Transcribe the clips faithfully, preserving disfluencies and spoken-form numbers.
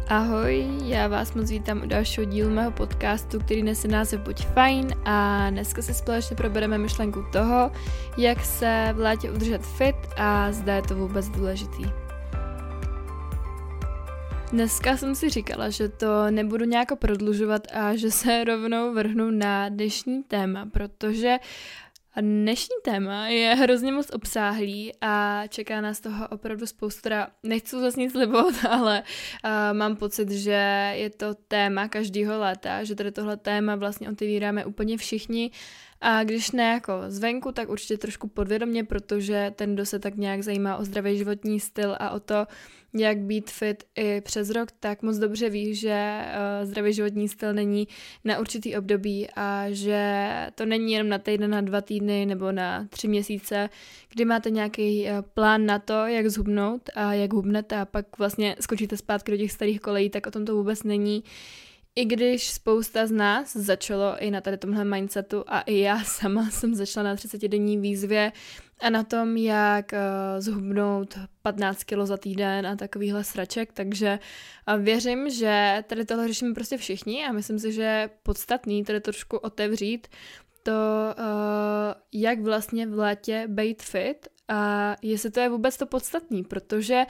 Ahoj, já vás moc vítám u dalšího dílu mého podcastu, který nese název Buď fajn a dneska se společně probereme myšlenku toho, jak se v létě udržet fit a zda je to vůbec důležitý. Dneska jsem si říkala, že to nebudu nějak prodlužovat a že se rovnou vrhnu na dnešní téma, protože dnešní téma je hrozně moc obsáhlý a čeká nás toho opravdu spoustu, teda nechci zase nic slibovat, ale uh, mám pocit, že je to téma každého léta, že tady tohle téma vlastně otevíráme úplně všichni a když ne jako zvenku, tak určitě trošku podvědomě, protože ten, kdo se tak nějak zajímá o zdravý životní styl a o to, jak být fit i přes rok, tak moc dobře ví, že uh, zdravý životní styl není na určitý období a že to není jenom na týden, na dva týdny nebo na tři měsíce, kdy máte nějaký uh, plán na to, jak zhubnout a jak hubnete a pak vlastně skočíte zpátky do těch starých kolejí, tak o tom to vůbec není. I když spousta z nás začalo i na tady tomhle mindsetu a i já sama jsem začala na třicetidenní výzvě a na tom, jak uh, zhubnout patnáct kilo za týden a takovýhle sraček, takže uh, věřím, že tady tohle řešíme prostě všichni a myslím si, že je podstatný tady trošku otevřít to, uh, jak vlastně v létě být fit a jestli to je vůbec to podstatný, protože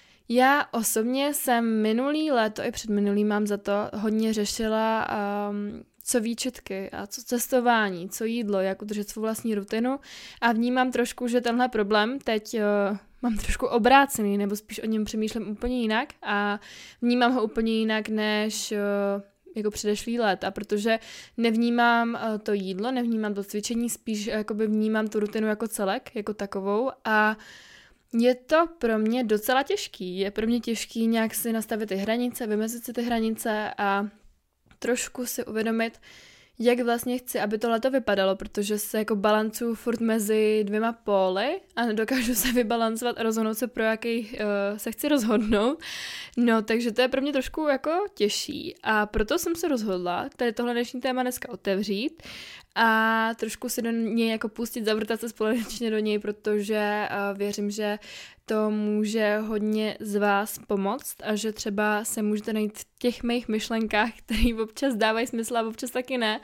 já osobně jsem minulý léto i předminulý mám za to hodně řešila um, co výčitky a co cestování, co jídlo, jak udržet svou vlastní rutinu a vnímám trošku, že tenhle problém teď uh, mám trošku obrácený, nebo spíš o něm přemýšlím úplně jinak a vnímám ho úplně jinak než uh, jako předešlý léta, protože nevnímám uh, to jídlo, nevnímám to cvičení, spíš uh, jakoby vnímám tu rutinu jako celek, jako takovou a je to pro mě docela těžký. Je pro mě těžký nějak si nastavit ty hranice, vymezit si ty hranice a trošku si uvědomit, jak vlastně chci, aby to léto vypadalo, protože se jako balancuju furt mezi dvěma póly a nedokážu se vybalancovat a rozhodnout se, pro jaký uh, se chci rozhodnout. No, takže to je pro mě trošku jako těžší a proto jsem se rozhodla tady tohle dnešní téma dneska otevřít a trošku si do něj jako pustit, zavrtat se společně do něj, protože uh, věřím, že to může hodně z vás pomoct a že třeba se můžete najít v těch mých myšlenkách, které občas dávají smysl a občas taky ne.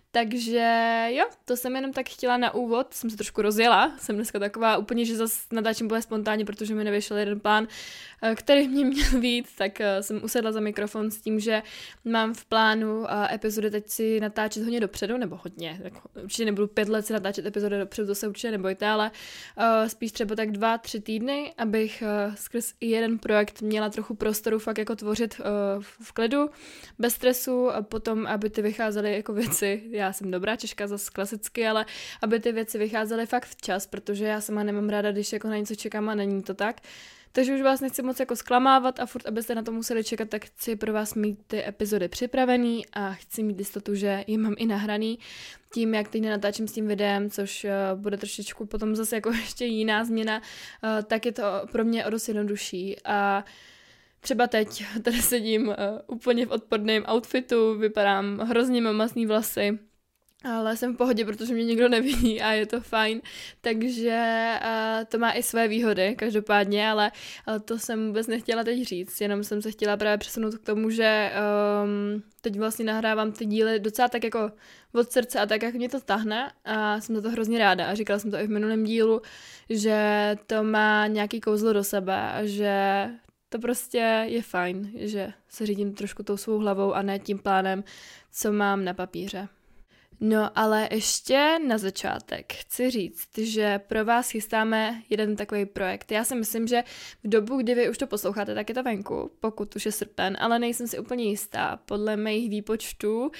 Takže jo, to jsem jenom tak chtěla na úvod, jsem se trošku rozjela, jsem dneska taková úplně, že zase natáčím úplně spontánně, protože mi nevyšel jeden plán, který mě měl být, tak jsem usedla za mikrofon s tím, že mám v plánu epizody teď si natáčet hodně dopředu, nebo hodně, tak určitě nebudu pět let si natáčet epizody dopředu, to se určitě nebojte, ale spíš třeba tak dva, tři týdny, abych skrz jeden projekt měla trochu prostoru fakt jako tvořit v klidu, bez stresu a potom, aby ty vycházely jako věci. Já jsem dobrá Češka zase klasicky, ale aby ty věci vycházely fakt včas, protože já sama nemám ráda, když jako na něco čekám a není to tak. Takže už vás nechci moc jako zklamávat a furt, abyste na to museli čekat, tak chci pro vás mít ty epizody připravený a chci mít jistotu, že je mám i nahraný tím, jak teď natáčím s tím videem, což uh, bude trošičku potom zase jako ještě jiná změna, uh, tak je to pro mě o dost jednodušší a třeba teď tady sedím uh, úplně v odporném outfitu, vypadám hrozně, mám masný vlasy, ale jsem v pohodě, protože mě nikdo nevidí a je to fajn, takže uh, to má i své výhody každopádně, ale, ale to jsem vůbec nechtěla teď říct, jenom jsem se chtěla právě přesunout k tomu, že um, teď vlastně nahrávám ty díly docela tak jako od srdce a tak, jak mě to tahne a jsem za to hrozně ráda a říkala jsem to i v minulém dílu, že to má nějaký kouzlo do sebe a že to prostě je fajn, že se řídím trošku tou svou hlavou a ne tím plánem, co mám na papíře. No ale ještě na začátek chci říct, že pro vás chystáme jeden takový projekt. Já si myslím, že v dobu, kdy vy už to posloucháte, tak je to venku, pokud už je srpen, ale nejsem si úplně jistá. Podle mých výpočtů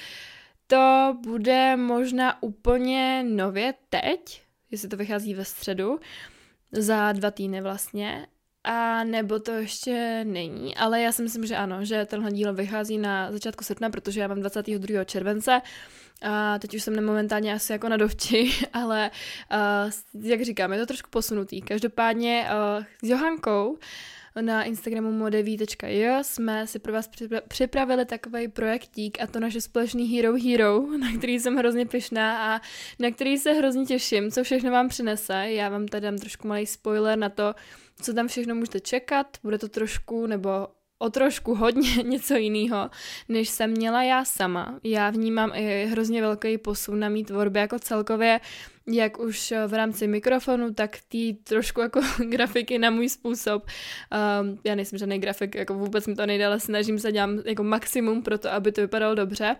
to bude možná úplně nově teď, jestli to vychází ve středu, za dva týdny vlastně. A nebo to ještě není, ale já si myslím, že ano, že tenhle díl vychází na začátku srpna, protože já mám dvacátého druhého července a teď už jsem momentálně asi jako na dovči, ale uh, jak říkám, je to trošku posunutý. Každopádně uh, s Johankou na Instagramu modeví tečka jo jsme si pro vás připravili takový projektík a to naše společný Hero Hero, na který jsem hrozně pyšná a na který se hrozně těším, co všechno vám přinese. Já vám tady dám trošku malý spoiler na to, co tam všechno můžete čekat. Bude to trošku, nebo o trošku hodně něco jiného, než jsem měla já sama. Já vnímám i hrozně velký posun na mý tvorbě jako celkově, jak už v rámci mikrofonu, tak tý trošku jako grafiky na můj způsob. Um, já nejsem žádný grafik, jako vůbec mi to nejde, ale snažím se, dělám jako maximum pro to, aby to vypadalo dobře.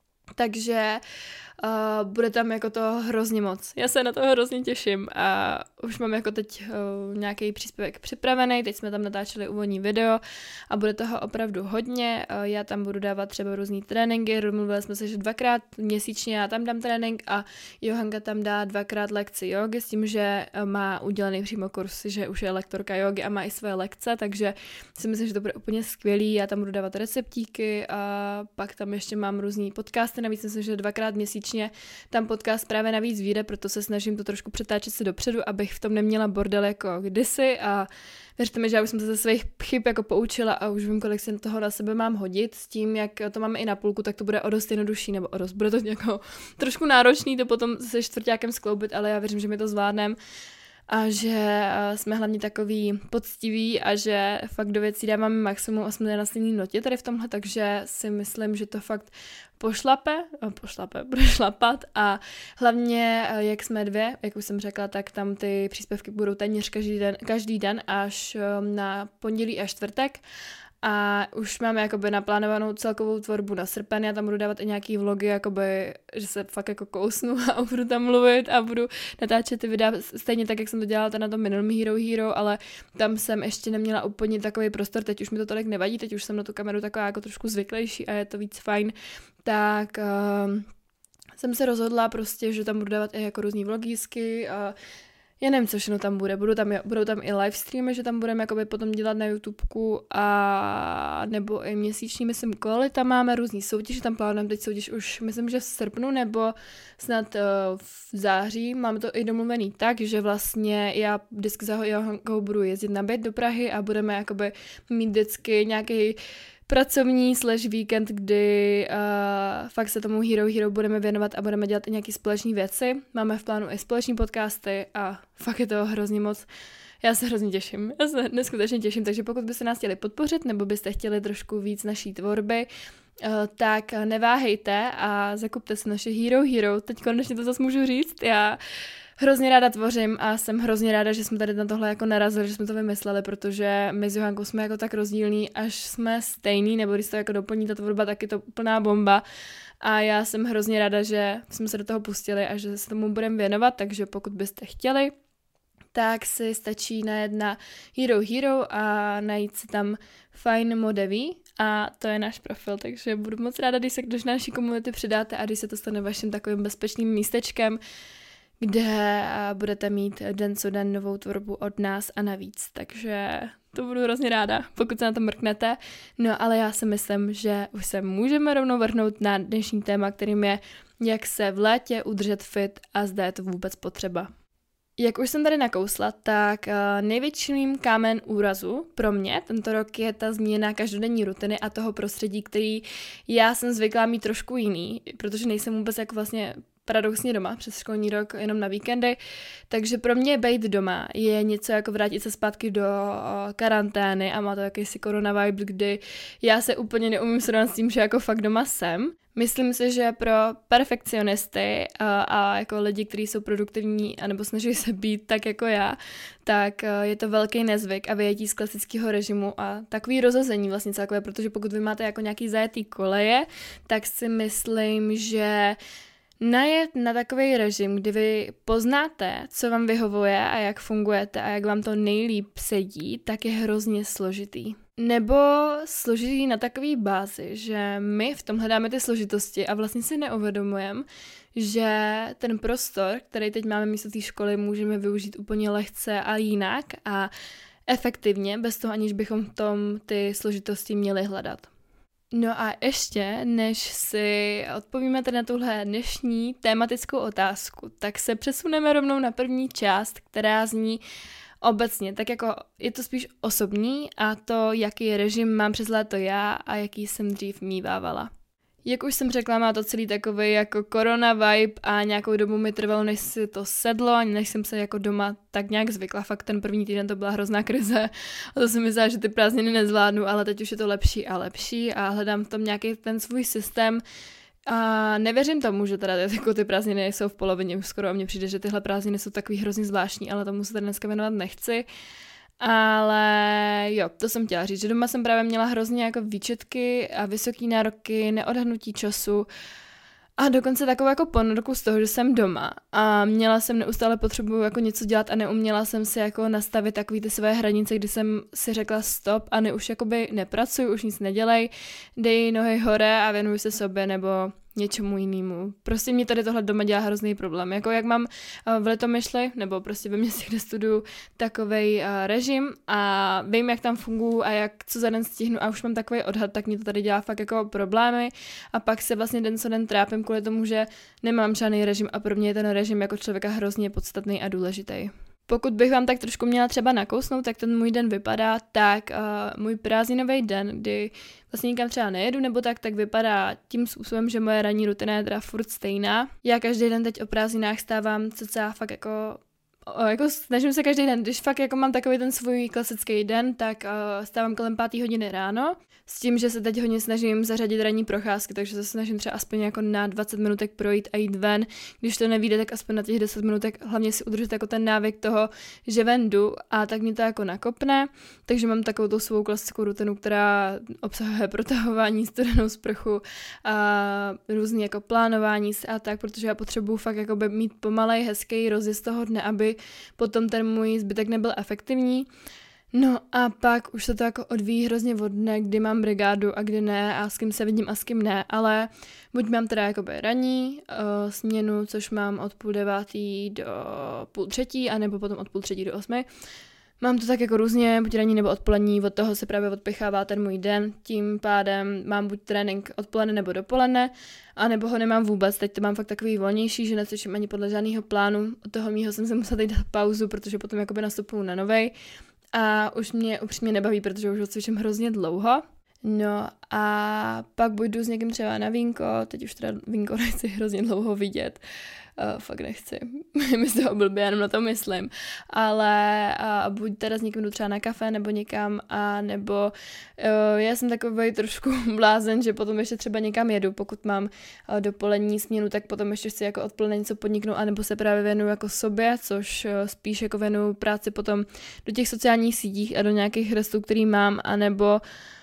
Takže uh, bude tam jako to hrozně moc. Já se na to hrozně těším a už mám jako teď uh, nějaký příspěvek připravený, teď jsme tam natáčeli úvodní video a bude toho opravdu hodně. Uh, já tam budu dávat třeba různý tréninky, domluvili jsme se, že dvakrát měsíčně já tam dám trénink a Johanka tam dá dvakrát lekci jogy s tím, že uh, má udělaný přímo kurz, že už je lektorka jogy a má i své lekce, takže si myslím, že to bude úplně skvělý. Já tam budu dávat receptíky a pak tam ještě mám různý podcasty, navíc myslím, že dvakrát měsíčně tam podcast právě navíc vyjde, proto se snažím to trošku přetáčet si dopředu, abych v tom neměla bordel jako kdysi a věřte mi, že já už jsem se ze svých chyb jako poučila a už vím, kolik si toho na sebe mám hodit. S tím, jak to máme i na půlku, tak to bude o dost jednodušší, nebo o dost, bude to jako trošku náročný to potom se čtvrťákem skloubit, ale já věřím, že my to zvládneme a že jsme hlavně takový poctiví a že fakt do věcí dáváme maximum a jsme na stejné notě tady v tomhle, takže si myslím, že to fakt pošlape, pošlape, bude šlapat a hlavně, jak jsme dvě, jak už jsem řekla, tak tam ty příspěvky budou téměř každý den, každý den až na pondělí a čtvrtek. A už máme jakoby naplánovanou celkovou tvorbu na srpen, já tam budu dávat i nějaký vlogy, jakoby, že se fakt jako kousnu a budu tam mluvit a budu natáčet ty videa stejně tak, jak jsem to dělala na tom minulém Hero Hero, ale tam jsem ještě neměla úplně takový prostor, teď už mi to tolik nevadí, teď už jsem na tu kameru taková jako trošku zvyklejší a je to víc fajn, tak uh, jsem se rozhodla prostě, že tam budu dávat i jako různý vlogísky a já nevím, co všechno tam bude. Budou tam, budou tam i live streamy, že tam budeme jakoby potom dělat na YouTubeku a nebo i měsíční, myslím, koly. Tam máme různý soutěže, tam plánujeme teď soutěž už, myslím, že v srpnu nebo snad uh, v září. Máme to i domluvený tak, že vlastně já vždycky za Johankou budu jezdit na byt do Prahy a budeme jakoby mít vždycky nějaký pracovní slash víkend, kdy uh, fakt se tomu Hero Hero budeme věnovat a budeme dělat i nějaké společné věci. Máme v plánu i společní podcasty a fakt je to hrozně moc. Já se hrozně těším, já se neskutečně těším, takže pokud byste nás chtěli podpořit nebo byste chtěli trošku víc naší tvorby, uh, tak neváhejte a zakupte si naše Hero Hero. Teď konečně to zase můžu říct, já hrozně ráda tvořím a jsem hrozně ráda, že jsme tady na tohle jako narazili, že jsme to vymysleli, protože my s Johankou jsme jako tak rozdílní, až jsme stejný, nebo když to jako doplní ta tvorba, tak je to úplná bomba. A já jsem hrozně ráda, že jsme se do toho pustili a že se tomu budeme věnovat, takže pokud byste chtěli, tak si stačí najet na Hero Hero a najít si tam Fine Modeví a to je náš profil, takže budu moc ráda, když se do naší komunity přidáte a když se to stane vaším takovým bezpečným místečkem, kde budete mít den co den novou tvorbu od nás a navíc, takže to budu hrozně ráda, pokud se na to mrknete. No ale já si myslím, že už se můžeme rovnou vrhnout na dnešní téma, kterým je, jak se v létě udržet fit a zda je to vůbec potřeba. Jak už jsem tady nakousla, tak největším kámen úrazu pro mě tento rok je ta změna každodenní rutiny a toho prostředí, který já jsem zvyklá mít trošku jiný, protože nejsem vůbec jako vlastně paradoxně doma přes školní rok jenom na víkendy, takže pro mě být doma je něco jako vrátit se zpátky do karantény a má to jakýsi korona vibe, kdy já se úplně neumím srovnat s tím, že jako fakt doma jsem. Myslím si, že pro perfekcionisty a, a jako lidi, kteří jsou produktivní anebo snaží se být tak jako já, tak je to velký nezvyk a vyjetí z klasického režimu a takový rozhození vlastně celkové, protože pokud vy máte jako nějaký zajetý koleje, tak si myslím, že najet na takový režim, kdy vy poznáte, co vám vyhovuje a jak fungujete a jak vám to nejlíp sedí, tak je hrozně složitý. Nebo složitý na takový bázi, že my v tom hledáme ty složitosti a vlastně si neuvědomujeme, že ten prostor, který teď máme místo té školy, můžeme využít úplně lehce a jinak a efektivně, bez toho aniž bychom v tom ty složitosti měli hledat. No a ještě, než si odpovíme tady na tuhle dnešní tématickou otázku, tak se přesuneme rovnou na první část, která zní obecně, tak jako je to spíš osobní a to, jaký režim mám přes léto já a jaký jsem dřív mívávala. Jak už jsem řekla, má to celý takový jako korona vibe a nějakou dobu mi trvalo, než si to sedlo, než jsem se jako doma tak nějak zvykla. Fakt ten první týden to byla hrozná krize a to jsem myslela, že ty prázdniny nezvládnu, ale teď už je to lepší a lepší a hledám v tom nějaký ten svůj systém. A nevěřím tomu, že teda jako ty prázdniny jsou v polovině skoro a mně přijde, že tyhle prázdniny jsou takový hrozně zvláštní, ale tomu se tady dneska věnovat nechci. Ale jo, to jsem chtěla říct, že doma jsem právě měla hrozně jako výčetky a vysoký nároky, neodhadnutí času a dokonce takovou jako ponorku z toho, že jsem doma a měla jsem neustále potřebu jako něco dělat a neuměla jsem si jako nastavit takový ty své hranice, kdy jsem si řekla stop a ne už jakoby nepracuju, už nic nedělej, dej nohy hore a věnuj se sobě nebo něčemu jinému. Prostě mě tady tohle doma dělá hrozný problém. Jako jak mám v Litomyšli, nebo prostě ve městě, kde studuju, takovej uh, režim a vím, jak tam funguji a jak co za den stihnu a už mám takový odhad, tak mě to tady dělá fakt jako problémy a pak se vlastně den co den trápím kvůli tomu, že nemám žádný režim a pro mě je ten režim jako člověka hrozně podstatný a důležitý. Pokud bych vám tak trošku měla třeba nakousnout, tak ten můj den vypadá tak, uh, můj prázdninový den, kdy vlastně nikam třeba nejedu nebo tak, tak vypadá tím způsobem, že moje ranní rutina je teda furt stejná. Já každý den teď o prázdninách stávám cca fakt jako, o, jako snažím se každý den, když fakt jako mám takový ten svůj klasický den, tak uh, stávám kolem páté hodiny ráno, s tím, že se teď hodně snažím zařadit ranní procházky, takže se snažím třeba aspoň jako na dvacet minutek projít a jít ven. Když to nevyjde, tak aspoň na těch deset minutek hlavně si udržet jako ten návyk toho, že ven jdu a tak mě to jako nakopne. Takže mám takovou tu svou klasickou rutinu, která obsahuje protahování, studenou sprchu a různý jako plánování se a tak, protože já potřebuju fakt jako mít pomalej, hezký rozjezd toho dne, aby potom ten můj zbytek nebyl efektivní. No a pak už se to jako odvíjí hrozně od dne, kdy mám brigádu a kdy ne a s kým se vidím a s kým ne, ale buď mám teda jakoby ranní uh, směnu, což mám od půl devátý do půl třetí, anebo potom od půl třetí do osmi. Mám to tak jako různě, buď ranní nebo odpolední, od toho se právě odpichává ten můj den, tím pádem mám buď trénink odpoledne nebo dopoledne, anebo ho nemám vůbec, teď to mám fakt takový volnější, že necvičím ani podle žádného plánu, od toho mýho jsem se musela teď dát pauzu, protože potom jakoby nastupuju na novej. A už mě upřímně nebaví, protože už ho cvičím hrozně dlouho. No a pak budu s někým třeba na vínko, teď už teda vínko nechci hrozně dlouho vidět. Uh, fakt nechci. Mi z toho blbě, jenom na to myslím. Ale uh, buď teda s někým jdu třeba na kafe nebo někam, a nebo uh, já jsem takový trošku blázen, že potom ještě třeba někam jedu, pokud mám uh, dopolední směnu, tak potom ještě chci jako odpoledne něco podniknout, anebo se právě věnuju jako sobě, což uh, spíš jako věnuju práci potom do těch sociálních sítích a do nějakých restů, který mám, anebo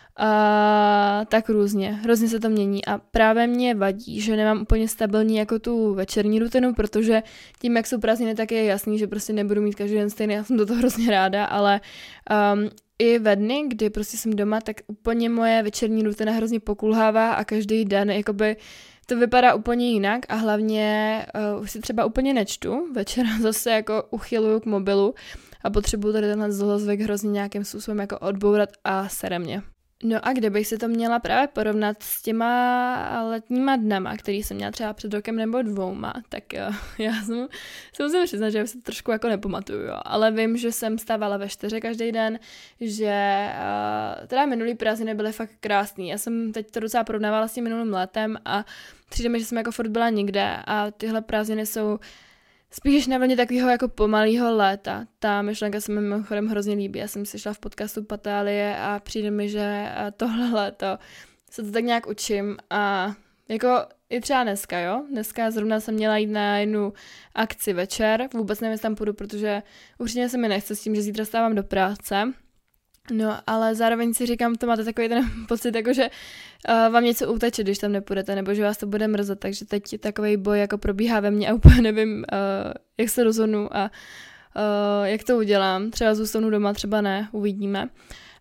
a tak různě, hrozně se to mění a právě mě vadí, že nemám úplně stabilní jako tu večerní rutinu, protože tím, jak jsou prázdniny, tak je jasný, že prostě nebudu mít každý den stejný, já jsem do toho hrozně ráda, ale um, i ve dny, kdy prostě jsem doma, tak úplně moje večerní rutina hrozně pokulhává a každý den jakoby to vypadá úplně jinak a hlavně uh, už si třeba úplně nečtu, večer zase jako uchyluju k mobilu a potřebuju tady tenhle zlozvyk hrozně nějakým způsobem jako odbourat a sere mě. No a kde bych se to měla právě porovnat s těma letníma dnama, který jsem měla třeba před rokem nebo dvouma, tak jo, já jsem, se musím přiznat, že já se to trošku jako nepamatuju, jo. Ale vím, že jsem stávala ve čtyři každý den, že uh, teda minulý prázdniny byly fakt krásný. Já jsem teď to docela porovnávala s tím minulým letem a přijde mi, že jsem jako furt byla nikde a tyhle prázdniny jsou spíš na vlně takového jako pomalého léta. Ta myšlenka se mi mimochodem hrozně líbí. Já jsem si šla v podcastu Patálie a přijde mi, že tohle léto se to tak nějak učím a jako i třeba dneska, jo. Dneska zrovna jsem měla jít na jednu akci večer. Vůbec nevím, jestli tam půjdu, protože určitě se mi nechce s tím, že zítra stávám do práce. No, ale zároveň si říkám, to máte takový ten pocit, jako že uh, vám něco uteče, když tam nepůjdete, nebo že vás to bude mrzet, takže teď takovej boj jako probíhá ve mně a úplně nevím, uh, jak se rozhodnu a uh, jak to udělám. Třeba zůstanu doma, třeba ne, uvidíme.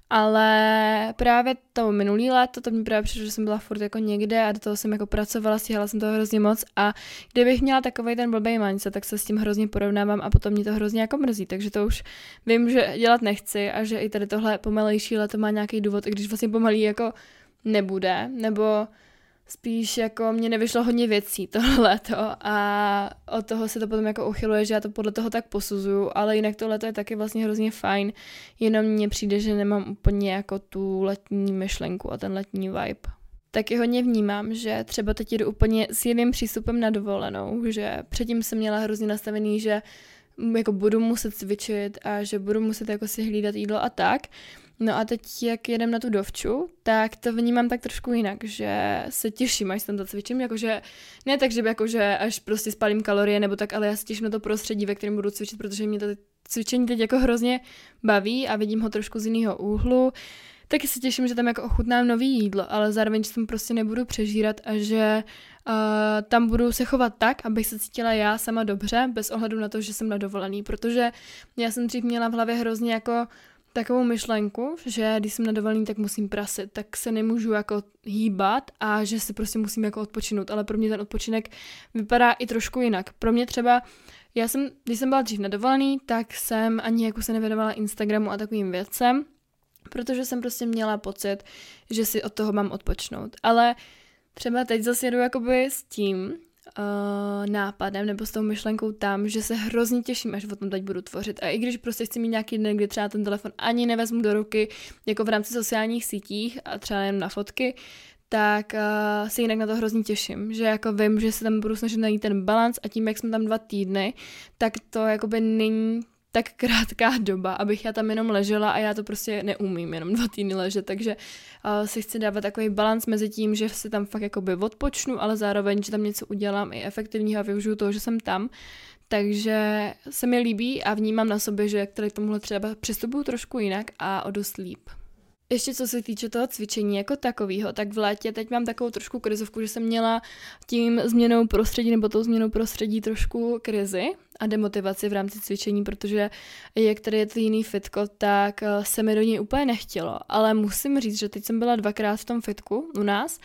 Ale právě to minulý léto, to mě právě přišlo, že jsem byla furt jako někde a do toho jsem jako pracovala, stíhala jsem toho hrozně moc a kdybych měla takovej ten blbej mindset, tak se s tím hrozně porovnávám a potom mě to hrozně jako mrzí, takže to už vím, že dělat nechci a že i tady tohle pomalejší léto má nějaký důvod, i když vlastně pomalý jako nebude, nebo spíš jako mě nevyšlo hodně věcí tohle léto a od toho se to potom jako uchyluje, že já to podle toho tak posuzuju, ale jinak to léto je taky vlastně hrozně fajn, jenom mně přijde, že nemám úplně jako tu letní myšlenku a ten letní vibe. taky hodně vnímám, že třeba teď jdu úplně s jiným přístupem na dovolenou, že předtím jsem měla hrozně nastavený, že jako budu muset cvičit a že budu muset jako si hlídat jídlo a tak. No a teď, jak jedem na tu dovču, tak to vnímám tak trošku jinak, že se těším, až tam zacvičím, jakože ne tak, že by jakože až prostě spálím kalorie nebo tak, ale já se těším na to prostředí, ve kterém budu cvičit, protože mě to cvičení teď jako hrozně baví a vidím ho trošku z jiného úhlu. Taky se těším, že tam jako ochutnám nový jídlo, ale zároveň, že tam prostě nebudu přežírat a že uh, tam budu se chovat tak, abych se cítila já sama dobře, bez ohledu na to, že jsem na dovolený, protože já jsem dřív měla v hlavě hrozně jako takovou myšlenku, že když jsem na dovolený, tak musím prasit, tak se nemůžu jako hýbat a že si prostě musím jako odpočinout, ale pro mě ten odpočinek vypadá i trošku jinak. Pro mě třeba, já jsem, když jsem byla dřív na dovolený, tak jsem ani jako se nevěnovala Instagramu a takovým věcem, protože jsem prostě měla pocit, že si od toho mám odpočnout. Ale třeba teď zase jedu jakoby s tím uh, nápadem nebo s tou myšlenkou tam, že se hrozně těším, až o tom teď budu tvořit. A i když prostě chci mít nějaký den, kdy třeba ten telefon ani nevezmu do ruky, jako v rámci sociálních sítích a třeba jen na fotky, tak uh, se jinak na to hrozně těším, že jako vím, že se tam budu snažit najít ten balans a tím, jak jsme tam dva týdny, tak to jakoby není tak krátká doba, abych já tam jenom ležela a já to prostě neumím jenom dva týdny ležet, takže uh, si chci dávat takový balans mezi tím, že si tam fakt jakoby odpočnu, ale zároveň, že tam něco udělám i efektivního a využiju toho, že jsem tam. Takže se mi líbí a vnímám na sobě, že k tomuhle třeba přistupuju trošku jinak a o dost líp. Ještě co se týče toho cvičení jako takového, tak v létě teď mám takovou trošku krizovku, že jsem měla tím změnou prostředí nebo tou změnou prostředí trošku krizi a demotivaci v rámci cvičení, protože jak tady je to jiný fitko, tak se mi do něj úplně nechtělo, ale musím říct, že teď jsem byla dvakrát v tom fitku u nás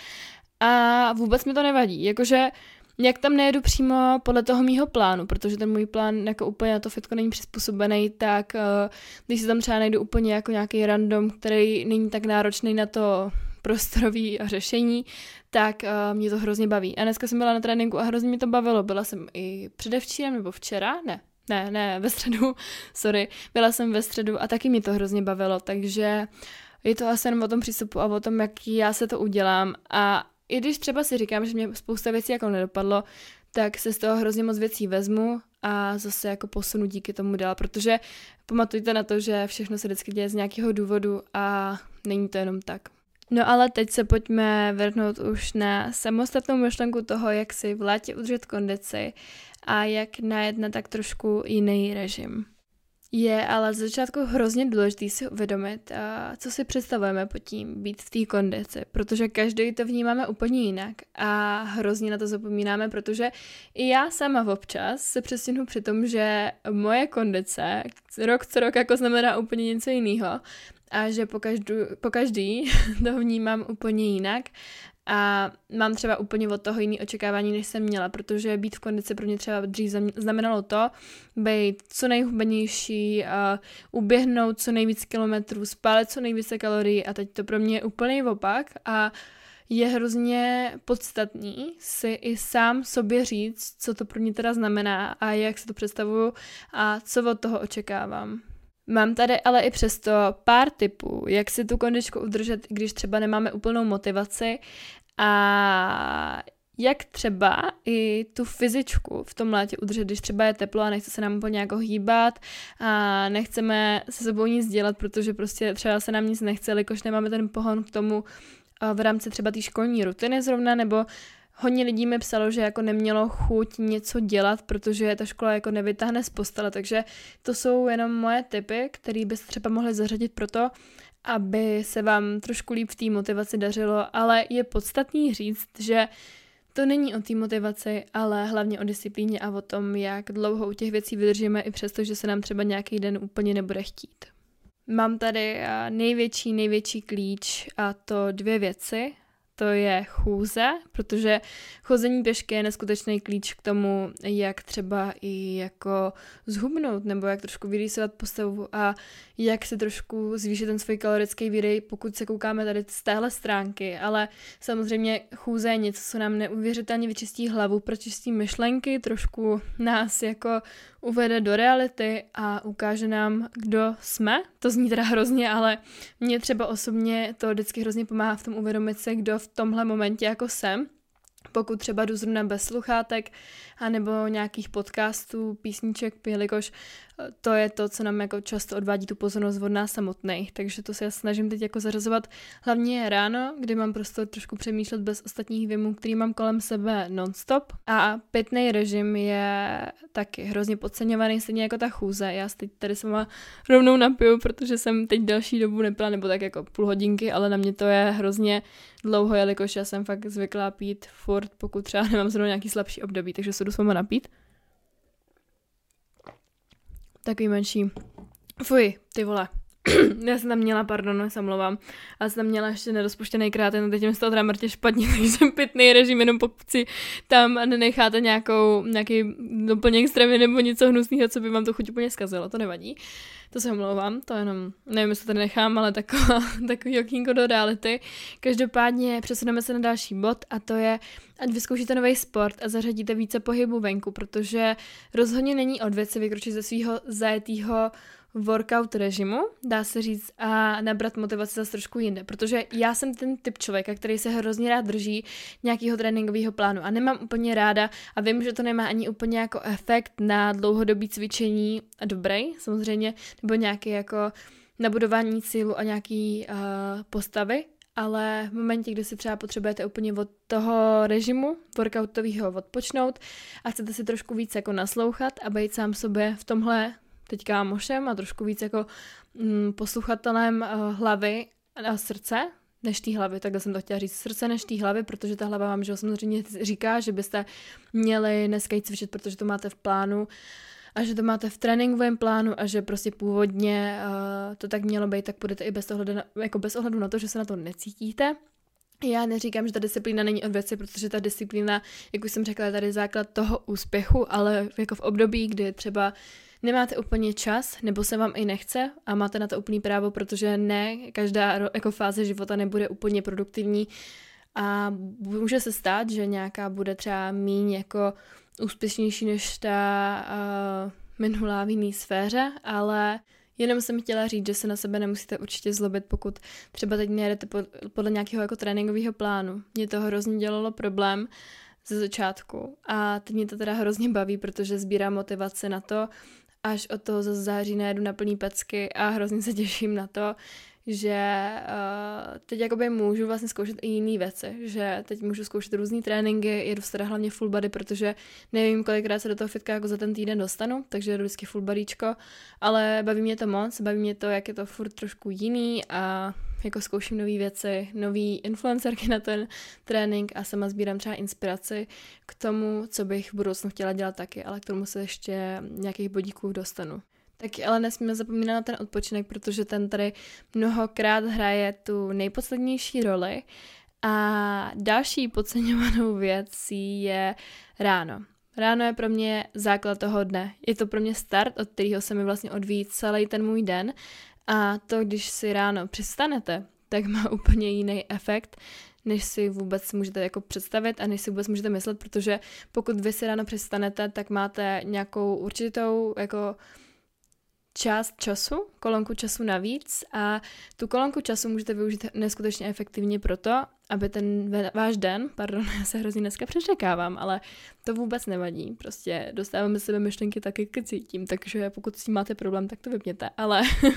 a vůbec mi to nevadí, jakože jak tam nejedu přímo podle toho mýho plánu, protože ten můj plán jako úplně na to fitko není přizpůsobený, tak uh, když si tam třeba najdu úplně jako nějaký random, který není tak náročný na to prostorový řešení, tak uh, mě to hrozně baví. A dneska jsem byla na tréninku a hrozně mě to bavilo. Byla jsem i předevčírem nebo včera, ne, ne, ne, ve středu, sorry, byla jsem ve středu a taky mě to hrozně bavilo, takže je to asi jenom o tom přístupu a o tom, jak já se to udělám a i když třeba si říkám, že mě spousta věcí jako nedopadlo, tak se z toho hrozně moc věcí vezmu a zase jako posunu díky tomu dál, protože pamatujte na to, že všechno se vždycky děje z nějakého důvodu a není to jenom tak. No ale teď se pojďme vrhnout už na samostatnou myšlenku toho, jak si v létě udržet kondici a jak najet na tak trošku jiný režim. Je ale z začátku hrozně důležité si uvědomit, co si představujeme pod tím být v té kondici, protože každý to vnímáme úplně jinak a hrozně na to zapomínáme, protože i já sama občas se přestěhnu při tom, že moje kondice rok co rok jako znamená úplně něco jiného a že po, každou, po každý to vnímám úplně jinak. A mám třeba úplně od toho jiný očekávání, než jsem měla, protože být v kondici pro mě třeba dřív znamenalo to, být co nejhubenější, a uběhnout co nejvíc kilometrů, spálit co nejvíce kalorií a teď to pro mě je úplný opak a je hrozně podstatný si i sám sobě říct, co to pro mě teda znamená a jak si to představuju a co od toho očekávám. Mám tady ale i přesto pár tipů, jak si tu kondičku udržet, když třeba nemáme úplnou motivaci a jak třeba i tu fyzičku v tom létě udržet, když třeba je teplo a nechce se nám úplně jako hýbat a nechceme se sebou nic dělat, protože prostě třeba se nám nic nechce, jelikož nemáme ten pohon k tomu v rámci třeba té školní rutiny zrovna, nebo hodně lidí mi psalo, že jako nemělo chuť něco dělat, protože ta škola jako nevytáhne z postele, takže to jsou jenom moje tipy, které byste třeba mohli zařadit pro to, aby se vám trošku líp v té motivaci dařilo, ale je podstatný říct, že to není o té motivaci, ale hlavně o disciplíně a o tom, jak dlouho u těch věcí vydržíme, i přesto, že se nám třeba nějaký den úplně nebude chtít. Mám tady největší, největší klíč a to dvě věci. To je chůze, protože chození pěšky je neskutečný klíč k tomu, jak třeba i jako zhubnout nebo jak trošku vyrýsovat postavu a jak si trošku zvýšit ten svůj kalorický výdej, pokud se koukáme tady z téhle stránky, ale samozřejmě chůze je něco, co nám neuvěřitelně vyčistí hlavu, pročistí myšlenky, trošku nás jako uvede do reality a ukáže nám, kdo jsme. To zní teda hrozně, ale mě třeba osobně to vždycky hrozně pomáhá v tom uvědomit se, kdo v tomhle momentě jako jsem. Pokud třeba jdu zrovna bez sluchátek anebo nějakých podcastů, písniček, jelikož to je to, co nám jako často odvádí tu pozornost od nás samotných. Takže to se já snažím teď jako zařazovat hlavně ráno, kdy mám prostor trošku přemýšlet bez ostatních věmů, který mám kolem sebe nonstop. A pitný režim je taky hrozně podceňovaný, stejně jako ta chůze. Já teď tady sama rovnou napiju, protože jsem teď další dobu nepila, nebo tak jako půl hodinky, ale na mě to je hrozně dlouho, jelikož já jsem fakt zvyklá pít furt, pokud třeba nemám zrovna nějaký slabší období, takže se jdu s váma napít. Takový menší. Fuj, ty vole. Já jsem tam měla, pardon, se omlouvám, ale jsem tam měla ještě nerozpuštěný krát, no teď mi z toho teda mrtě špatně, takže jsem pitný režim, jenom pokud si tam nenecháte nějakou, nějaký doplněk stravy nebo něco hnusného, co by vám to chuť úplně zkazilo, to nevadí. To se omlouvám, to jenom, nevím, jestli to tady nechám, ale taková, takový okýnko do reality. Každopádně přesuneme se na další bod a to je, ať vyzkoušíte nový sport a zařadíte více pohybu venku, protože rozhodně není od věci vykročit ze svého zajetého workout režimu, dá se říct, a nabrat motivaci zase trošku jinde, protože já jsem ten typ člověka, který se hrozně rád drží nějakého tréninkového plánu a nemám úplně ráda a vím, že to nemá ani úplně jako efekt na dlouhodobý cvičení a dobrý, samozřejmě, nebo nějaký jako nabudování cílu a nějaký uh, postavy, ale v momentě, kdy si třeba potřebujete úplně od toho režimu workoutového odpočnout a chcete si trošku víc jako naslouchat a být sám sobě v tomhle teď kámošem a trošku víc jako mm, posluchatelem uh, hlavy a srdce, než té hlavy, takhle jsem to chtěla říct, srdce než té hlavy, protože ta hlava vám že samozřejmě říká, že byste měli dneska jít cvičit, protože to máte v plánu a že to máte v tréninkovém plánu a že prostě původně uh, to tak mělo být, tak budete i bez ohledu na, jako bez ohledu na to, že se na to necítíte. Já neříkám, že ta disciplína není od věci, protože ta disciplína, jak už jsem řekla, je tady základ toho úspěchu, ale jako v období, kdy třeba nemáte úplně čas, nebo se vám i nechce a máte na to úplný právo, protože ne, každá jako fáze života nebude úplně produktivní a může se stát, že nějaká bude třeba míň jako úspěšnější než ta uh, minulá v jiný sféře, ale jenom jsem chtěla říct, že se na sebe nemusíte určitě zlobit, pokud třeba teď nejedete podle nějakého jako tréninkového plánu. Mě to hrozně dělalo problém ze začátku a teď mě to teda hrozně baví, protože sbírám motivaci na to, až od toho zase září najedu na plný pecky a hrozně se těším na to, že uh, teď jakoby můžu vlastně zkoušet i jiné věci, že teď můžu zkoušet různý tréninky, jedu teda hlavně full body, protože nevím, kolikrát se do toho fitka jako za ten týden dostanu, takže jedu vždycky full bodyčko, ale baví mě to moc, baví mě to, jak je to furt trošku jiný a jako zkouším nové věci, nový influencerky na ten trénink a sama sbírám třeba inspiraci k tomu, co bych v budoucnu chtěla dělat taky, ale k tomu se ještě nějakých bodíků dostanu. Taky ale nesmíme zapomínat na ten odpočinek, protože ten tady mnohokrát hraje tu nejpodstatnější roli. A další podceňovanou věcí je ráno. Ráno je pro mě základ toho dne. Je to pro mě start, od kterého se mi vlastně odvíjí celý ten můj den. A to, když si ráno přistanete, tak má úplně jiný efekt, než si vůbec můžete jako představit a než si vůbec můžete myslet, protože pokud vy si ráno přistanete, tak máte nějakou určitou jako část času, kolonku času navíc a tu kolonku času můžete využít neskutečně efektivně proto, aby ten váš den, pardon, já se hrozně dneska přečekávám, ale to vůbec nevadí, prostě dostáváme sebe myšlenky tak, jak cítím, takže pokud s tím máte problém, tak to vypněte, ale uh,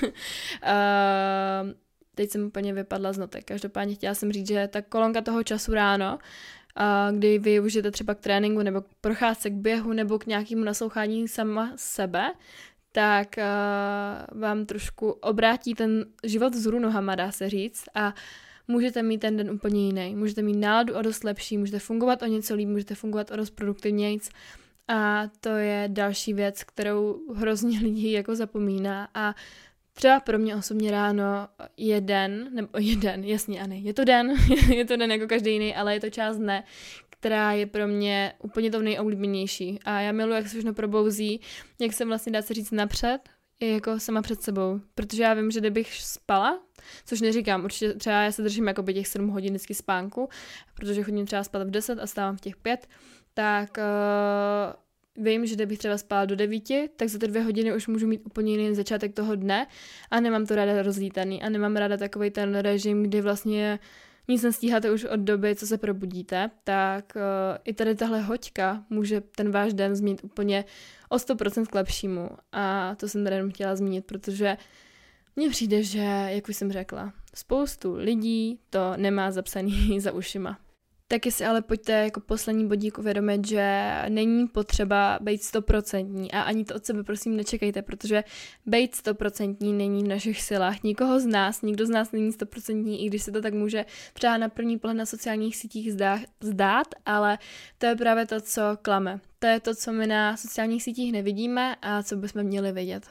teď jsem úplně vypadla z notek, každopádně chtěla jsem říct, že ta kolonka toho času ráno, uh, kdy vy využijete třeba k tréninku nebo k procházce, k běhu nebo k nějakému naslouchání sama sebe, tak uh, vám trošku obrátí ten život vzhůru nohama, dá se říct, a můžete mít ten den úplně jiný. Můžete mít náladu o dost lepší, můžete fungovat o něco líp, můžete fungovat o dost produktivnějc a to je další věc, kterou hrozně lidí jako zapomíná a třeba pro mě osobně ráno je den, nebo jeden, jasně a ne, je to den, je to den jako každý jiný, ale je to část dne, která je pro mě úplně to nejoblíbenější. A já miluji, jak se všechno probouzí, jak se vlastně dá se říct napřed, i jako sama před sebou. Protože já vím, že kdybych spala, což neříkám, určitě třeba já se držím jako by těch sedm hodin vždycky spánku, protože chodím třeba spát v deset a stávám v těch pět, tak uh, vím, že kdybych třeba spala do devíti, tak za ty dvě hodiny už můžu mít úplně jiný začátek toho dne a nemám to ráda rozlítaný a nemám ráda takovej ten režim, kdy vlastně nic nestíháte už od doby, co se probudíte, tak uh, i tady tahle hoďka může ten váš den změnit úplně o sto procent k lepšímu a to jsem tady jenom chtěla zmínit, protože mně přijde, že, jak už jsem řekla, spoustu lidí to nemá zapsaný za ušima. Taky si ale pojďte jako poslední bodík uvědomit, že není potřeba být stoprocentní a ani to od sebe prosím nečekejte, protože být stoprocentní není v našich silách. Nikoho z nás, nikdo z nás není stoprocentní, i když se to tak může třeba na první pohled na sociálních sítích zdá, zdát, ale to je právě to, co klame. To je to, co my na sociálních sítích nevidíme a co bychom měli vidět.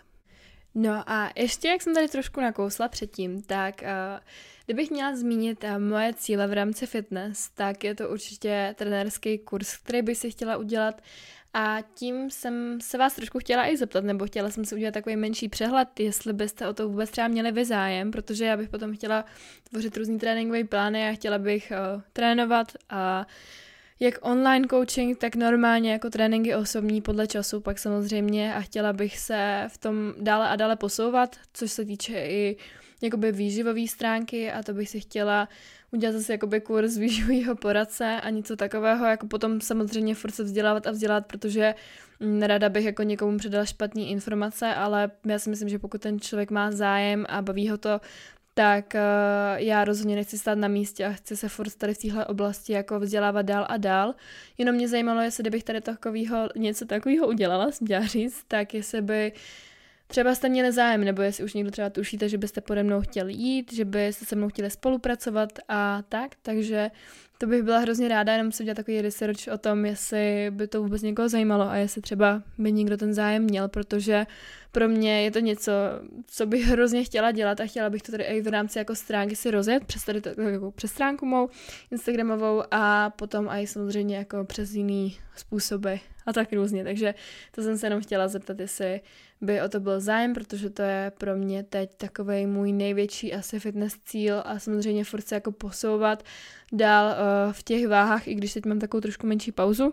No a ještě, jak jsem tady trošku nakousla předtím, tak uh, kdybych měla zmínit uh, moje cíle v rámci fitness, tak je to určitě trenérský kurz, který bych si chtěla udělat a tím jsem se vás trošku chtěla i zeptat, nebo chtěla jsem si udělat takový menší přehled, jestli byste o to vůbec třeba měli vy zájem, protože já bych potom chtěla tvořit různý tréninkové plány a chtěla bych uh, trénovat a jak online coaching, tak normálně jako tréninky osobní podle času, pak samozřejmě a chtěla bych se v tom dále a dále posouvat, což se týče i jakoby výživové stránky a to bych si chtěla udělat zase jakoby kurz výživového poradce a něco takového, jako potom samozřejmě furt se vzdělávat a vzdělat, protože nerada bych jako někomu předala špatné informace, ale já si myslím, že pokud ten člověk má zájem a baví ho to, tak uh, já rozhodně nechci stát na místě a chci se furt tady v téhle oblasti jako vzdělávat dál a dál. Jenom mě zajímalo, jestli kdybych tady takovýho, něco takového udělala, jsem chtěla říct, tak jestli by třeba jste měli zájem, nebo jestli už někdo třeba tušíte, že byste pode mnou chtěli jít, že byste se mnou chtěli spolupracovat a tak, takže to bych byla hrozně ráda, jenom se udělat takový research o tom, jestli by to vůbec někoho zajímalo a jestli třeba by někdo ten zájem měl, protože pro mě je to něco, co bych hrozně chtěla dělat a chtěla bych to tady i v rámci jako stránky si rozjet, přes tady to, jako přes stránku mou instagramovou a potom i samozřejmě jako přes jiný způsoby a tak různě, takže to jsem se jenom chtěla zeptat, jestli by o to byl zájem, protože to je pro mě teď takovej můj největší asi fitness cíl a samozřejmě furt se jako posouvat dál uh, v těch váhách, i když teď mám takovou trošku menší pauzu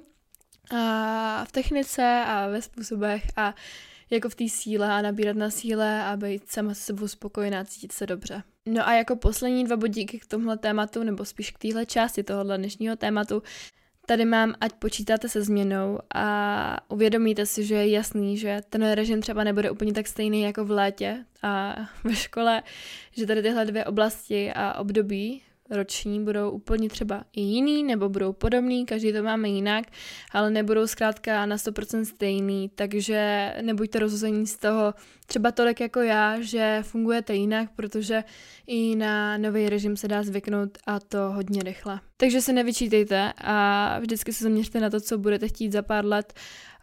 a v technice a ve způsobech a jako v té síle a nabírat na síle a být sama se sebou spokojená a cítit se dobře. No a jako poslední dva bodíky k tomuhle tématu, nebo spíš k téhle části tohohle dnešního tématu, tady mám, ať počítáte se změnou a uvědomíte si, že je jasný, že ten režim třeba nebude úplně tak stejný jako v létě a ve škole, že tady tyhle dvě oblasti a období roční budou úplně třeba i jiný, nebo budou podobný, každý to máme jinak, ale nebudou zkrátka na sto procent stejný, takže nebuďte rozhození z toho třeba tolik jako já, že fungujete jinak, protože i na nový režim se dá zvyknout a to hodně rychle. Takže se nevyčítejte a vždycky se zaměřte na to, co budete chtít za pár let,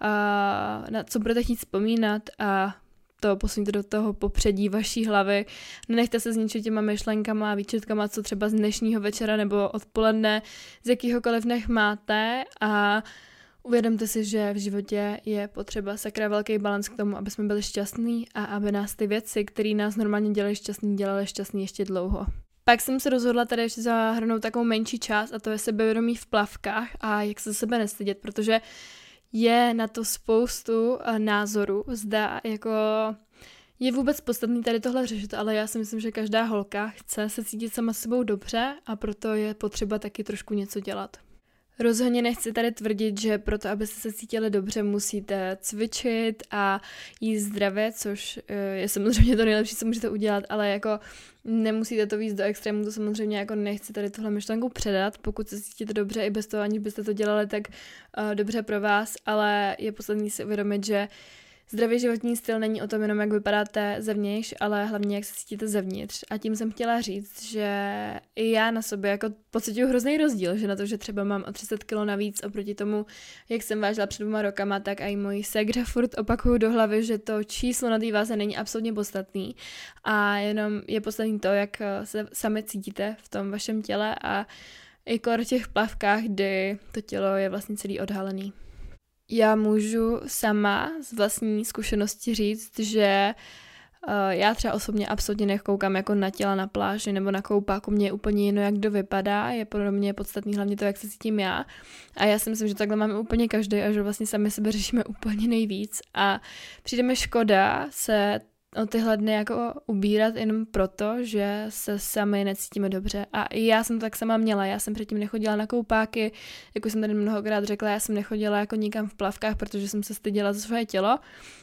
a na co budete chtít vzpomínat a to posuňte do toho popředí vaší hlavy. Nenechte se zničit těma myšlenkama a výčitkama, co třeba z dnešního večera nebo odpoledne, z jakýhokoliv dnech máte a uvědomte si, že v životě je potřeba sakra velký balans k tomu, aby jsme byli šťastní a aby nás ty věci, které nás normálně dělají šťastný, dělaly šťastný ještě dlouho. Pak jsem se rozhodla tady ještě zahrnout takovou menší část a to je sebevědomí v plavkách a jak se sebe nestydět, protože je na to spoustu názorů, zda jako je vůbec podstatný tady tohle řešit, ale já si myslím, že každá holka chce se cítit sama sebou dobře a proto je potřeba taky trošku něco dělat. Rozhodně nechci tady tvrdit, že proto, abyste se cítili dobře, musíte cvičit a jíst zdravě, což je samozřejmě to nejlepší, co můžete udělat, ale jako nemusíte to víc do extrému, to samozřejmě jako nechci tady tuhle myšlenku předat, pokud se cítíte dobře i bez toho, aniž byste to dělali, tak uh, dobře pro vás, ale je poslední si uvědomit, že zdravý životní styl není o tom jenom, jak vypadáte zevnějš, ale hlavně, jak se cítíte zevnitř. A tím jsem chtěla říct, že i já na sobě jako pociťuju hrozný rozdíl, že na to, že třeba mám o třicet kilo navíc oproti tomu, jak jsem vážila před dvěma rokama, tak i moji segře furt opakuju do hlavy, že to číslo na té váze není absolutně podstatný a jenom je podstatný to, jak se sami cítíte v tom vašem těle a i kor těch plavkách, kdy to tělo je vlastně celý odhalený. Já můžu sama z vlastní zkušenosti říct, že Já třeba osobně absolutně nekoukám jako na těla na pláži nebo na koupáku, mně je úplně jedno, jak kdo vypadá, je pro mě podstatný hlavně to, jak se cítím já. A já si myslím, že takhle máme úplně každý a že vlastně sami sebe řešíme úplně nejvíc. A přijde mi škoda se o tyhle dny jako ubírat jenom proto, že se sami necítíme dobře. A i já jsem to tak sama měla, já jsem předtím nechodila na koupáky, jako jsem tady mnohokrát řekla, já jsem nechodila jako nikam v plavkách, protože jsem se styděla za svoje tělo.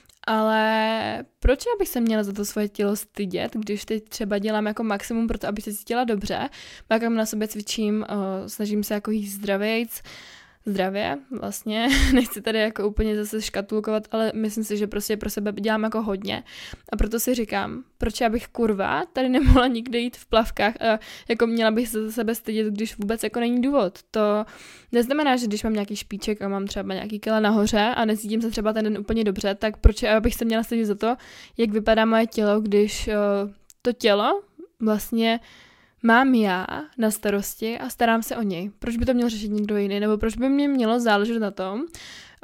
Ale proč já bych se měla za to svoje tělo stydět, když teď třeba dělám jako maximum pro to, abych se cítila dobře, pak na sobě cvičím, o, snažím se jako jíst zdravějc, zdravě vlastně, nechci tady jako úplně zase škatulkovat, ale myslím si, že prostě pro sebe dělám jako hodně a proto si říkám, proč já bych kurva tady nemohla nikde jít v plavkách a jako měla bych se za sebe stydět, když vůbec jako není důvod. To neznamená, že když mám nějaký špiček a mám třeba nějaký kila nahoře a necítím se třeba ten den úplně dobře, tak proč já bych se měla stydět za to, jak vypadá moje tělo, když uh, to tělo vlastně mám já na starosti a starám se o něj. Proč by to měl řešit někdo jiný? Nebo proč by mě mělo záležet na tom, uh,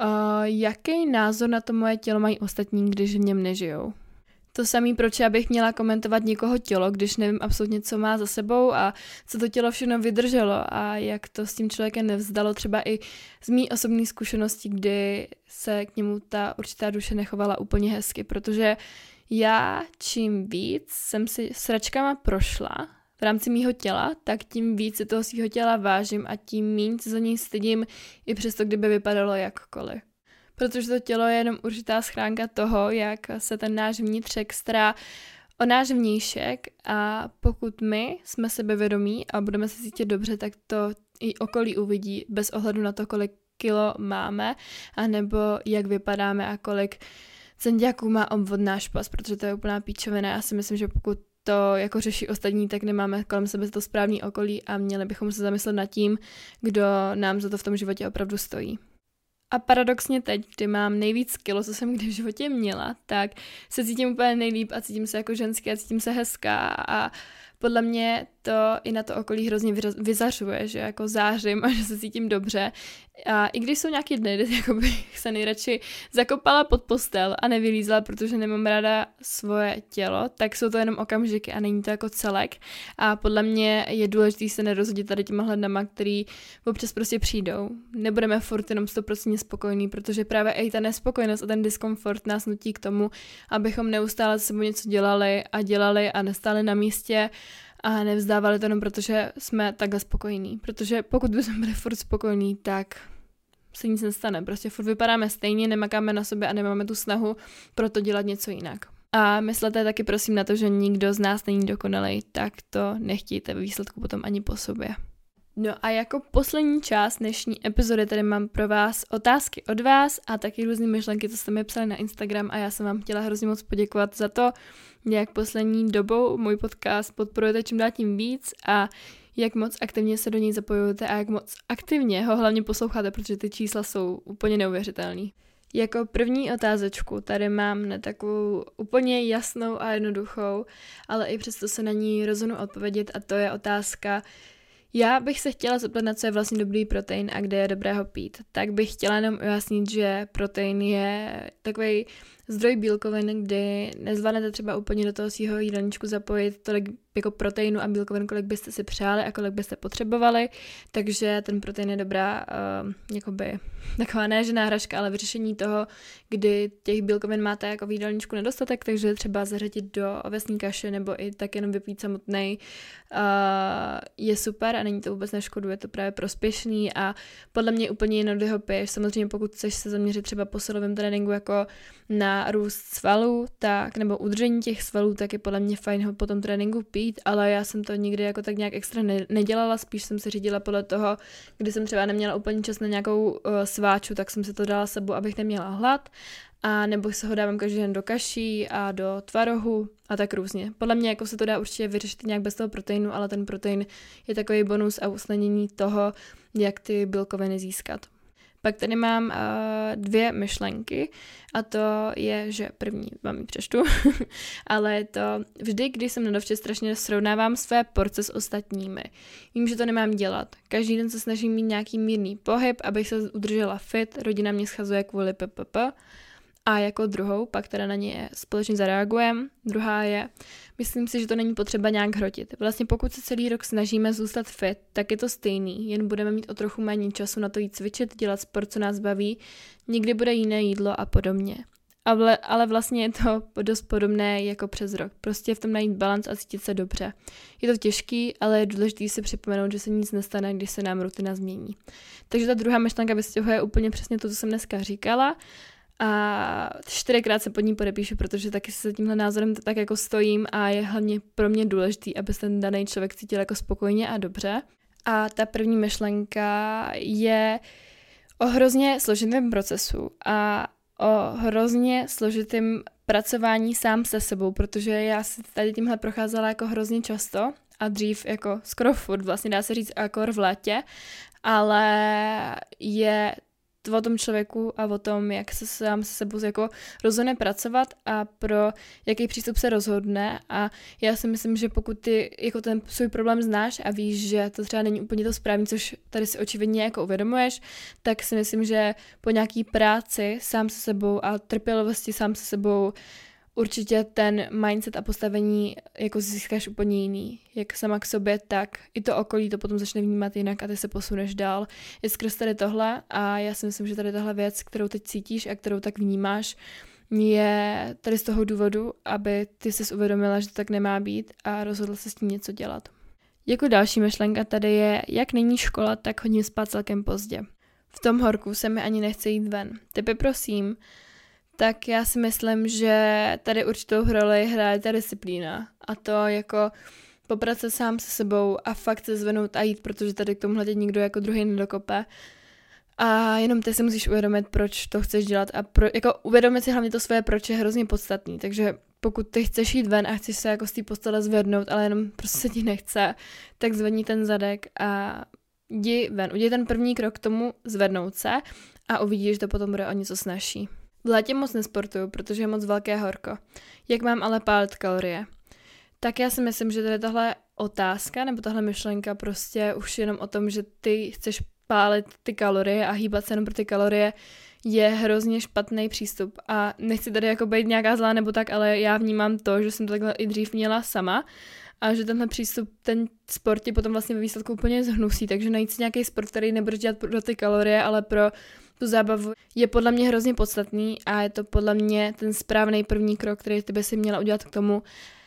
jaký názor na to moje tělo mají ostatní, když v něm nežijou? To samé, proč já bych měla komentovat někoho tělo, když nevím absolutně, co má za sebou a co to tělo všechno vydrželo a jak to s tím člověkem nevzdalo, třeba i z mý osobní zkušenosti, kdy se k němu ta určitá duše nechovala úplně hezky, protože já čím víc jsem si sračkama prošla v rámci mýho těla, tak tím víc si toho svého těla vážím a tím méně se za něj stydím, i přesto, kdyby vypadalo jakkoliv. Protože to tělo je jenom určitá schránka toho, jak se ten náš vnitřek stará o náš vnějšek a pokud my jsme sebevědomí a budeme se cítit dobře, tak to i okolí uvidí bez ohledu na to, kolik kilo máme, anebo jak vypadáme a kolik centiáků má obvod náš pas, protože to je úplná píčovina. Já si myslím, že pokud to jako řeší ostatní, tak nemáme kolem sebe to správný okolí a měli bychom se zamyslet nad tím, kdo nám za to v tom životě opravdu stojí. A paradoxně teď, kdy mám nejvíc kilo, co jsem kdy v životě měla, tak se cítím úplně nejlíp a cítím se jako ženská a cítím se hezká a podle mě to i na to okolí hrozně vyzařuje, že jako zářím a že se cítím dobře. A i když jsou nějaký dny, kdy jako bych se nejradši zakopala pod postel a nevylízla, protože nemám ráda svoje tělo, tak jsou to jenom okamžiky a není to jako celek. A podle mě je důležité se nerozhodit tady těma hledama, který občas prostě přijdou. Nebudeme furt jenom sto procent spokojní, protože právě i ta nespokojenost a ten diskomfort nás nutí k tomu, abychom neustále s sebou něco dělali a dělali a nestáli na místě a nevzdávali to jenom protože jsme takhle spokojení. Protože pokud bychom byli furt spokojení, tak se nic nestane. Prostě furt vypadáme stejně, nemakáme na sobě a nemáme tu snahu pro to dělat něco jinak. A myslete taky prosím na to, že nikdo z nás není dokonalý, tak to nechtějte ve výsledku potom ani po sobě. No a jako poslední část dnešní epizody tady mám pro vás otázky od vás a taky různé myšlenky, co jste mi psali na Instagram a já jsem vám chtěla hrozně moc poděkovat za to, jak poslední dobou můj podcast podporujete čím dál tím víc a jak moc aktivně se do něj zapojujete a jak moc aktivně ho hlavně posloucháte, protože ty čísla jsou úplně neuvěřitelný. Jako první otázečku tady mám ne takovou úplně jasnou a jednoduchou, ale i přesto se na ní rozhodnu odpovědět a to je otázka, já bych se chtěla zeptat, na co je vlastně dobrý protein a kde je dobré ho pít. Tak bych chtěla jenom ujasnit, že protein je takový zdroj bílkovin, kdy nezvládnete třeba úplně do toho svého jídelníčku zapojit tolik jako proteinu a bílkovin, kolik byste si přáli a kolik byste potřebovali, takže ten protein je dobrá, uh, jakoby taková ne že náhražka, ale vyřešení toho, kdy těch bílkovin máte jako v jídelníčku nedostatek, takže třeba zařadit do ovesní kaše nebo i tak jenom vypít samotnej uh, je super a není to vůbec neškoduje, je to právě prospěšný a podle mě úplně jednoduše ho piješ. Samozřejmě pokud chceš se zaměřit třeba po silovém tréninku jako na růst svalů, tak nebo udržení těch svalů, tak je podle mě fajn ho po tom tréninku pít, ale já jsem to nikdy jako tak nějak extra ne- nedělala, spíš jsem se řídila podle toho, kdy jsem třeba neměla úplně čas na nějakou uh, sváču, tak jsem si to dala sebou, abych neměla hlad, a nebo se ho dávám každý den do kaší a do tvarohu a tak různě. Podle mě jako se to dá určitě vyřešit nějak bez toho proteinu, ale ten protein je takový bonus a usnadnění toho, jak ty bílkoviny získat. Pak tady mám uh, dvě myšlenky a to je, že první vám ji přečtu, ale je to vždy, když jsem na dovče strašně srovnávám své porce s ostatními. Vím, že to nemám dělat. Každý den se snažím mít nějaký mírný pohyb, abych se udržela fit, rodina mě schazuje kvůli ppp. A jako druhou, pak teda na ně společně zareagujeme. Druhá je, myslím si, že to není potřeba nějak hrotit. Vlastně pokud se celý rok snažíme zůstat fit, tak je to stejný, jen budeme mít o trochu méně času na to jít cvičit, dělat sport, co nás baví, někdy bude jiné jídlo a podobně. Ale, ale vlastně je to dost podobné jako přes rok. Prostě v tom najít balans a cítit se dobře. Je to těžký, ale je důležité si připomenout, že se nic nestane, když se nám rutina změní. Takže ta druhá myšlenka vystěhuje úplně přesně to, co jsem dneska říkala. A čtyřikrát se pod ní podepíšu, protože taky se tímhle názorem tak jako stojím a je hlavně pro mě důležitý, aby se ten daný člověk cítil jako spokojně a dobře. A ta první myšlenka je o hrozně složitém procesu a o hrozně složitém pracování sám se sebou, protože já si tady tímhle procházela jako hrozně často a dřív jako skoro furt, vlastně dá se říct akor v létě, ale je o tom člověku a o tom, jak se sám se sebou jako rozhodne pracovat a pro jaký přístup se rozhodne a já si myslím, že pokud ty jako ten svůj problém znáš a víš, že to třeba není úplně to správné, což tady si očividně jako uvědomuješ, tak si myslím, že po nějaký práci sám se sebou a trpělivosti sám se sebou určitě ten mindset a postavení jako získáš úplně jiný. Jak sama k sobě, tak i to okolí to potom začne vnímat jinak a ty se posuneš dál. Je skrz tady tohle a já si myslím, že tady tahle věc, kterou teď cítíš a kterou tak vnímáš, je tady z toho důvodu, aby ty jsi uvědomila, že to tak nemá být a rozhodla se s tím něco dělat. Jako další myšlenka tady je, jak není škola, tak hodím spát celkem pozdě. V tom horku se mi ani nechce jít ven. Tebe prosím, tak já si myslím, že tady určitou roli hraje ta disciplína a to jako poprat se sám se sebou a fakt se zvenout a jít, protože tady k tomuhle teď nikdo jako druhý nedokope. A jenom ty si musíš uvědomit, proč to chceš dělat a pro, jako uvědomit si hlavně to svoje proč je hrozně podstatný, takže pokud ty chceš jít ven a chceš se jako z té postele zvednout, ale jenom prostě se ti nechce, tak zvedni ten zadek a jdi ven. Udělej ten první krok k tomu zvednout se a uvidíš, že to potom bude o něco snazší. V létě moc nesportuju, protože je moc velké horko. Jak mám ale pálit kalorie? Tak já si myslím, že tady tahle otázka nebo tahle myšlenka prostě už jenom o tom, že ty chceš pálit ty kalorie a hýbat se jenom pro ty kalorie, je hrozně špatný přístup. A nechci tady jako být nějaká zlá nebo tak, ale já vnímám to, že jsem to takhle i dřív měla sama a že tenhle přístup, ten sport je potom vlastně ve výsledku úplně zhnusí, takže najít si nějaký sport, který nebudeš dělat pro ty kalorie, ale pro tu zábavu je podle mě hrozně podstatný a je to podle mě ten správný první krok, který ty by si měla udělat k tomu,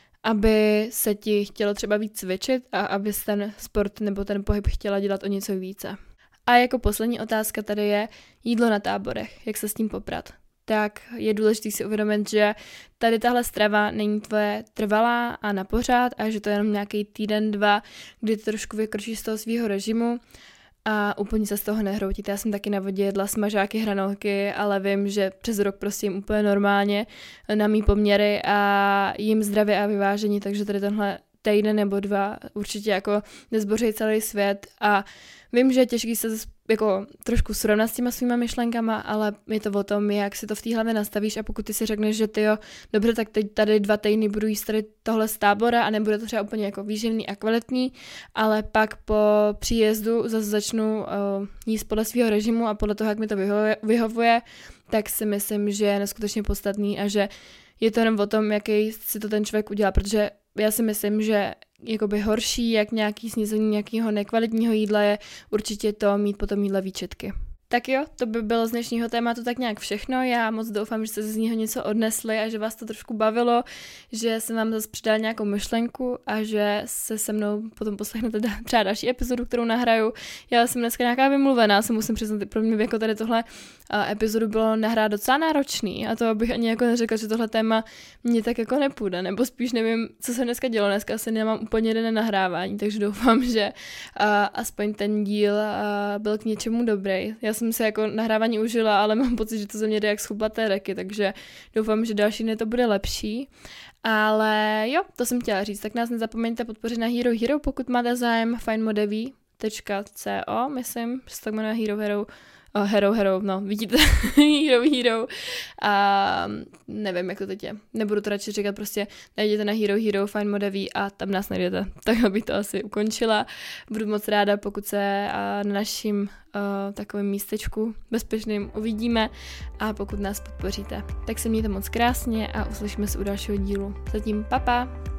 aby se ti chtělo třeba víc cvičit a abys ten sport nebo ten pohyb chtěla dělat o něco více. A jako poslední otázka tady je jídlo na táborech, jak se s tím poprat. Tak je důležité si uvědomit, že tady tahle strava není tvoje trvalá a na pořád a že to je jenom nějaký týden, dva, kdy ty trošku vykročíš z toho svého režimu a úplně se z toho nehroutit. Já jsem taky na vodě jedla smažáky, hranolky, ale vím, že přes rok prostě jim úplně normálně na mý poměry a jim zdravě a vyvážení, takže tady tenhle týden nebo dva určitě jako nezboří celý svět a vím, že je těžký se jako trošku srovnat s těma svýma myšlenkama, ale je to o tom, jak si to v té hlavě nastavíš a pokud ty si řekneš, že ty jo, dobře, tak teď tady dva týdny budu jíst tady tohle z tábora a nebude to třeba úplně jako výživný a kvalitní, ale pak po příjezdu zase začnu uh, jíst podle svého režimu a podle toho, jak mi to vyhovuje, vyhovuje, tak si myslím, že je neskutečně podstatný a že je to jenom o tom, jaký si to ten člověk udělá, protože já si myslím, že jakoby horší, jak nějaký snízení nějakého nekvalitního jídla je určitě to mít potom jídle výčitky. Tak jo, to by bylo z dnešního tématu tak nějak všechno. Já moc doufám, že jste z něho něco odnesli a že vás to trošku bavilo, že jsem vám zase přidala nějakou myšlenku a že se se mnou potom poslechnete třeba další epizodu, kterou nahraju. Já jsem dneska nějaká vymluvená, se musím přiznat, pro mě jako tady tohle epizodu bylo nahrát docela náročný a to bych ani jako neřekla, že tohle téma mě tak jako nepůjde, nebo spíš nevím, co se dneska dělo. Dneska asi nemám úplně jeden nahrávání, takže doufám, že aspoň ten díl byl k něčemu dobrý. Já jsem se jako nahrávání užila, ale mám pocit, že to ze mě jde jak z chlupaté reky, takže doufám, že další dny to bude lepší. Ale jo, to jsem chtěla říct, tak nás nezapomeňte podpořit na Hero Hero, pokud máte zájem, findmodeví tečka co, myslím, že se tak jmenuje Hero Hero oh, Hero Hero, no, vidíte, Hero Hero a nevím, jak to teď je. Nebudu to radši říkat, prostě najděte na Hero Hero Find Modaví a tam nás najdete. Tak bych to asi ukončila. Budu moc ráda, pokud se na naším uh, takovém místečku bezpečným uvidíme a pokud nás podpoříte. Tak se mějte moc krásně a uslyšíme se u dalšího dílu. Zatím papa!